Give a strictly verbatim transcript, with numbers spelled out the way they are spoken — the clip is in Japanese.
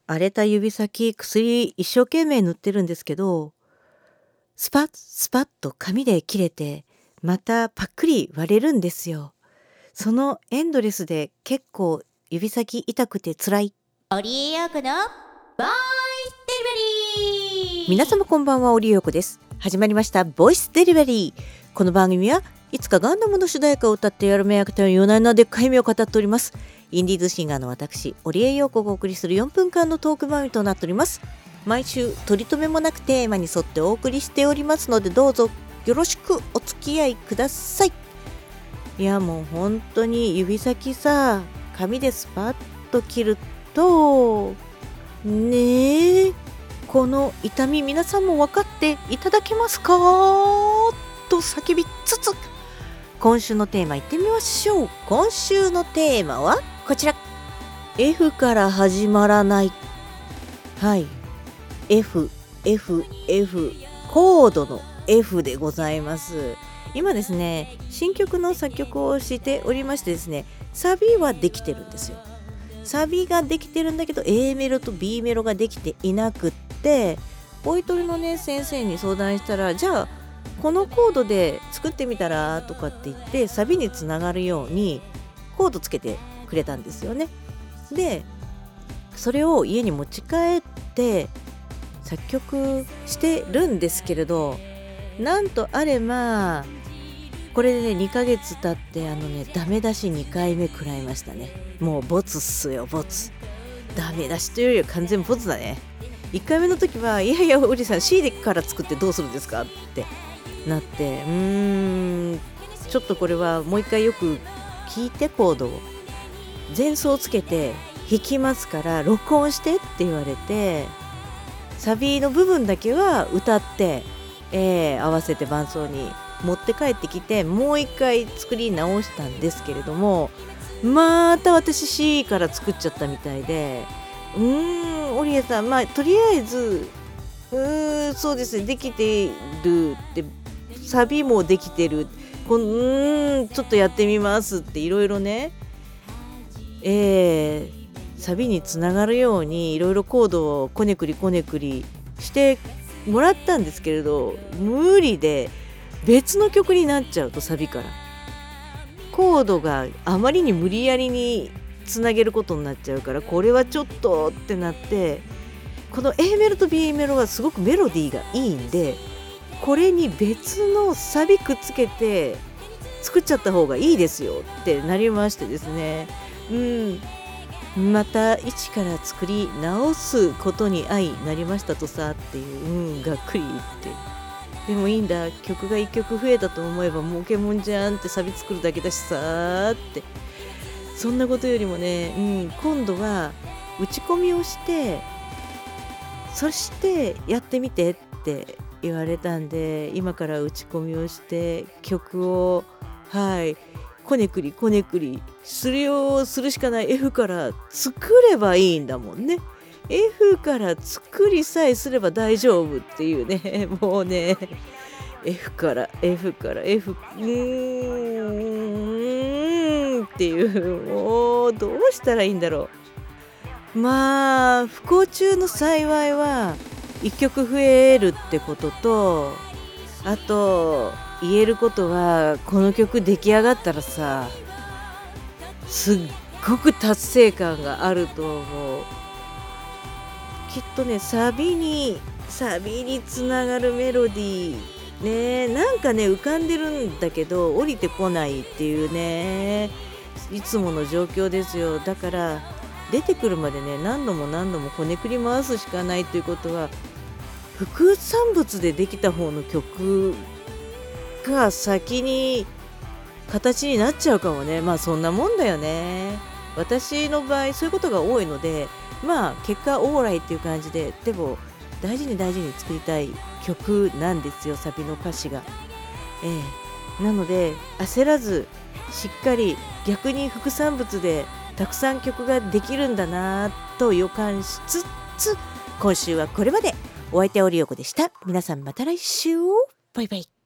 荒れた指先、薬一生懸命塗ってるんですけど、スパッスパッと紙で切れて、またパックリ割れるんですよ。そのエンドレスで結構指先痛くて辛い。 織江陽子のボイスデリバリー。 皆様こんばんは、織江陽子です。始まりましたボイスデリバリー。この番組はいつかガンダムの主題歌を歌ってやるめ役という夜な夜なでっかい夢を語っております。インディーズシンガーの私、織江陽子がお送りするよんぷんかんのトーク番組となっております。毎週取り留めもなくテーマに沿ってお送りしておりますので、どうぞよろしくお付き合いください。いやもう本当に指先さ、紙でスパッと切るとねえ、この痛み皆さんも分かっていただけますかと叫びつつ、今週のテーマいってみましょう。今週のテーマはこちら。 F から始まらない。はい、 F F F コードの F でございます。今ですね、新曲の作曲をしておりましてですね、サビはできてるんですよ。サビができてるんだけど A メロと B メロができていなくって、ボイトレのね先生に相談したら、じゃあこのコードで作ってみたらとかって言って、サビにつながるようにコードつけてくれたんですよね。でそれを家に持ち帰って作曲してるんですけれど、なんとあれまあこれでねにかげつ経って、あのねダメ出しにかいめ食らいましたね。もうボツっすよ、ボツ。ダメ出しというよりは完全ボツだね。いっかいめの時は、いやいやおじさん C から作ってどうするんですかってなって、うーんちょっとこれはもう一回よく聞いて、コードを前奏つけて弾きますから録音してって言われて、サビの部分だけは歌って、えー、合わせて伴奏に持って帰ってきて、もう一回作り直したんですけれども、また私 C から作っちゃったみたいで、うーん織江さん、まあとりあえずうーんそうですね、できてるって、サビもできてる、こんうーんちょっとやってみますっていろいろね、えーサビにつながるようにいろいろコードをこねくりこねくりしてもらったんですけれど、無理で、別の曲になっちゃうとサビからコードがあまりに無理やりにつなげることになっちゃうから、これはちょっとってなって、この A メロと B メロはすごくメロディーがいいんで、これに別のサビくっつけて作っちゃった方がいいですよってなりましてですね、うんまた一から作り直すことに相なりましたとさっていう、うんがっくり言って、でもいいんだ、曲がいっきょく増えたと思えば儲けもんじゃんって、サビ作るだけだしさって、そんなことよりもね、うん、今度は打ち込みをして、そしてやってみてって言われたんで、今から打ち込みをして曲をはいこねくりこねくりするようするしかない。 F から作ればいいんだもんね。 F から作りさえすれば大丈夫っていうね、もうね F から F から F うーんっていう、もうどうしたらいいんだろう。まあ不幸中の幸いはいっきょく増えるってことと、あと言えることは、この曲出来上がったらさ、すっごく達成感があると思う。きっとね、サビにサビにつながるメロディーね、なんかね浮かんでるんだけど降りてこないっていうね、いつもの状況ですよ。だから出てくるまでね、何度も何度もこねくり回すしかないということは、副産物でできた方の曲が先に形になっちゃうかもね。まあそんなもんだよね。私の場合そういうことが多いので、まあ結果オーライっていう感じで、でも大事に大事に作りたい曲なんですよ、サビの歌詞が。ええ、なので焦らず、しっかり逆に副産物でたくさん曲ができるんだなと予感しつつ、今週はこれまで。お相手は織江陽子でした。皆さんまた来週、バイバイ。